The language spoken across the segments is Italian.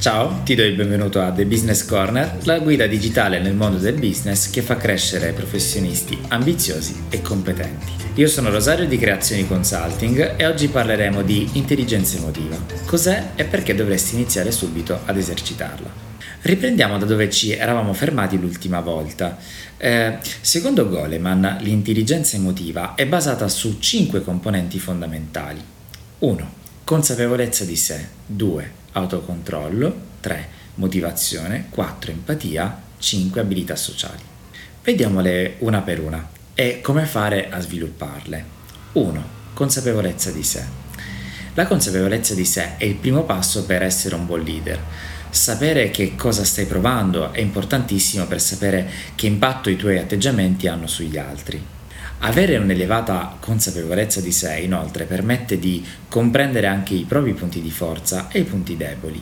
Ciao, ti do il benvenuto a The Business Corner, la guida digitale nel mondo del business che fa crescere professionisti ambiziosi e competenti. Io sono Rosario di Creazioni Consulting e oggi parleremo di intelligenza emotiva. Cos'è e perché dovresti iniziare subito ad esercitarla? Riprendiamo da dove ci eravamo fermati l'ultima volta. Secondo Goleman, l'intelligenza emotiva è basata su 5 componenti fondamentali. 1. Consapevolezza di sé. 2. Autocontrollo. 3. Motivazione. 4. Empatia. 5. Abilità sociali. Vediamole una per una e come fare a svilupparle. 1. Consapevolezza di sé. La consapevolezza di sé è il primo passo per essere un buon leader. Sapere che cosa stai provando è importantissimo per sapere che impatto i tuoi atteggiamenti hanno sugli altri. Avere un'elevata consapevolezza di sé, inoltre, permette di comprendere anche i propri punti di forza e i punti deboli.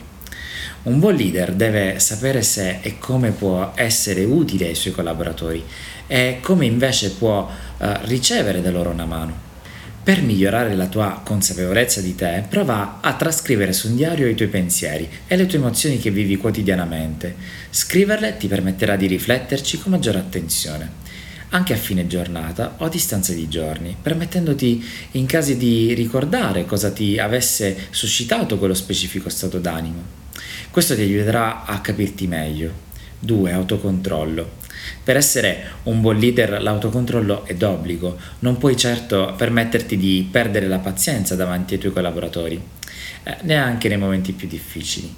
Un buon leader deve sapere se e come può essere utile ai suoi collaboratori e come invece può ricevere da loro una mano. Per migliorare la tua consapevolezza di te, prova a trascrivere su un diario i tuoi pensieri e le tue emozioni che vivi quotidianamente. Scriverle ti permetterà di rifletterci con maggiore attenzione, anche a fine giornata o a distanza di giorni, permettendoti in caso di ricordare cosa ti avesse suscitato quello specifico stato d'animo. Questo ti aiuterà a capirti meglio. 2. Autocontrollo. Per essere un buon leader l'autocontrollo è d'obbligo, non puoi certo permetterti di perdere la pazienza davanti ai tuoi collaboratori, neanche nei momenti più difficili.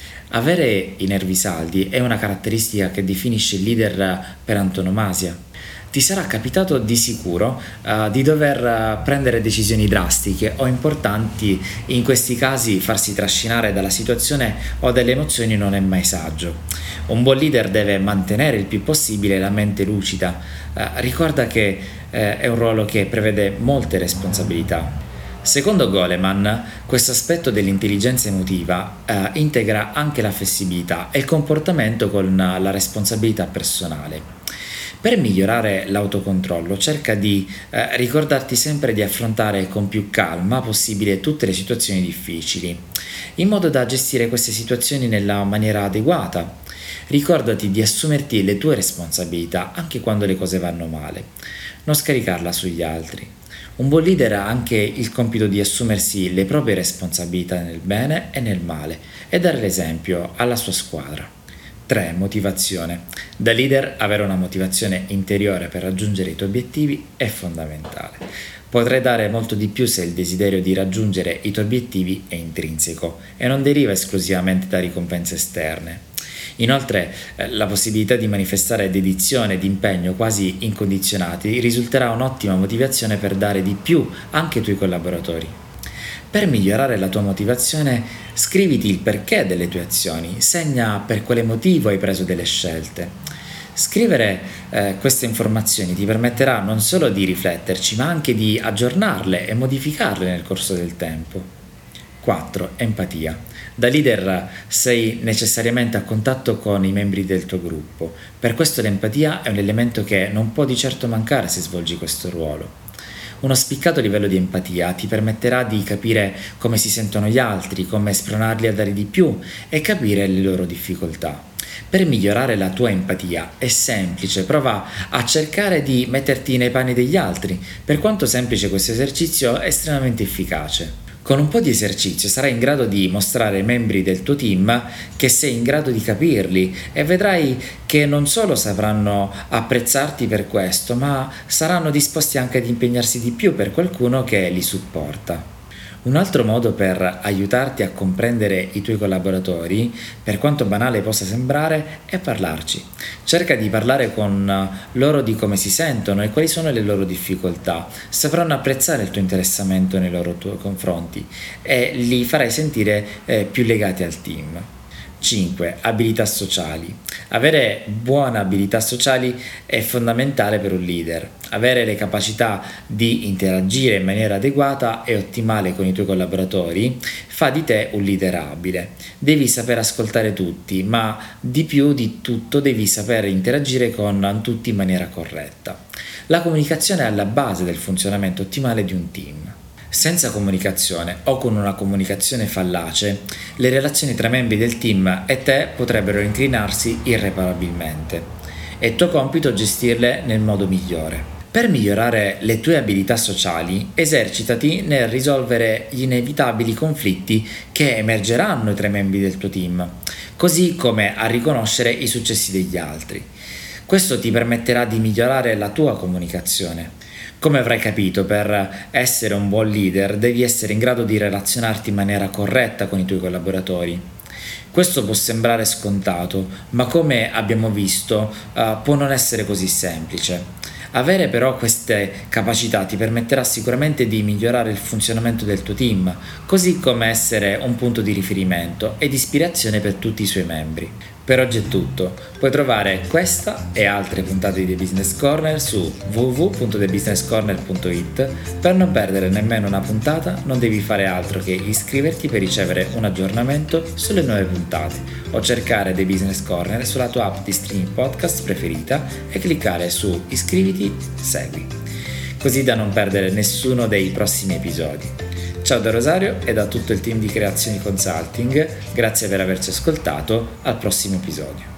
Avere i nervi saldi è una caratteristica che definisce il leader per antonomasia. Ti sarà capitato di sicuro di dover prendere decisioni drastiche o importanti. In questi casi farsi trascinare dalla situazione o dalle emozioni non è mai saggio. Un buon leader deve mantenere il più possibile la mente lucida. Ricorda che è un ruolo che prevede molte responsabilità. Secondo Goleman, questo aspetto dell'intelligenza emotiva integra anche la flessibilità e il comportamento con la responsabilità personale. Per migliorare l'autocontrollo, cerca di ricordarti sempre di affrontare con più calma possibile tutte le situazioni difficili, in modo da gestire queste situazioni nella maniera adeguata. Ricordati di assumerti le tue responsabilità anche quando le cose vanno male, non scaricarla sugli altri. Un buon leader ha anche il compito di assumersi le proprie responsabilità nel bene e nel male e dare l'esempio alla sua squadra. 3. Motivazione. Da leader avere una motivazione interiore per raggiungere i tuoi obiettivi è fondamentale. Potrai dare molto di più se il desiderio di raggiungere i tuoi obiettivi è intrinseco e non deriva esclusivamente da ricompense esterne. Inoltre, la possibilità di manifestare dedizione ed impegno quasi incondizionati risulterà un'ottima motivazione per dare di più anche ai tuoi collaboratori. Per migliorare la tua motivazione, scriviti il perché delle tue azioni, segna per quale motivo hai preso delle scelte. Scrivere queste informazioni ti permetterà non solo di rifletterci, ma anche di aggiornarle e modificarle nel corso del tempo. 4. Empatia. Da leader sei necessariamente a contatto con i membri del tuo gruppo. Per questo l'empatia è un elemento che non può di certo mancare se svolgi questo ruolo. Uno spiccato livello di empatia ti permetterà di capire come si sentono gli altri, come spronarli a dare di più e capire le loro difficoltà. Per migliorare la tua empatia è semplice, prova a cercare di metterti nei panni degli altri. Per quanto semplice questo esercizio è estremamente efficace. Con un po' di esercizio sarai in grado di mostrare ai membri del tuo team che sei in grado di capirli e vedrai che non solo sapranno apprezzarti per questo, ma saranno disposti anche ad impegnarsi di più per qualcuno che li supporta. Un altro modo per aiutarti a comprendere i tuoi collaboratori, per quanto banale possa sembrare, è parlarci. Cerca di parlare con loro di come si sentono e quali sono le loro difficoltà. Sapranno apprezzare il tuo interessamento nei loro tuoi confronti e li farai sentire più legati al team. 5. Abilità sociali. Avere buone abilità sociali è fondamentale per un leader. Avere le capacità di interagire in maniera adeguata e ottimale con i tuoi collaboratori fa di te un leader abile. Devi saper ascoltare tutti, ma di più di tutto devi saper interagire con tutti in maniera corretta. La comunicazione è alla base del funzionamento ottimale di un team. Senza comunicazione o con una comunicazione fallace, le relazioni tra membri del team e te potrebbero incrinarsi irreparabilmente. È tuo compito gestirle nel modo migliore. Per migliorare le tue abilità sociali, esercitati nel risolvere gli inevitabili conflitti che emergeranno tra i membri del tuo team, così come a riconoscere i successi degli altri. Questo ti permetterà di migliorare la tua comunicazione. Come avrai capito, per essere un buon leader devi essere in grado di relazionarti in maniera corretta con i tuoi collaboratori. Questo può sembrare scontato, ma come abbiamo visto, può non essere così semplice. Avere però queste capacità ti permetterà sicuramente di migliorare il funzionamento del tuo team, così come essere un punto di riferimento ed ispirazione per tutti i suoi membri. Per oggi è tutto, puoi trovare questa e altre puntate di The Business Corner su www.thebusinesscorner.it. Per non perdere nemmeno una puntata non devi fare altro che iscriverti per ricevere un aggiornamento sulle nuove puntate o cercare The Business Corner sulla tua app di streaming podcast preferita e cliccare su iscriviti, segui, così da non perdere nessuno dei prossimi episodi. Ciao da Rosario e da tutto il team di Creazioni Consulting, grazie per averci ascoltato, al prossimo episodio.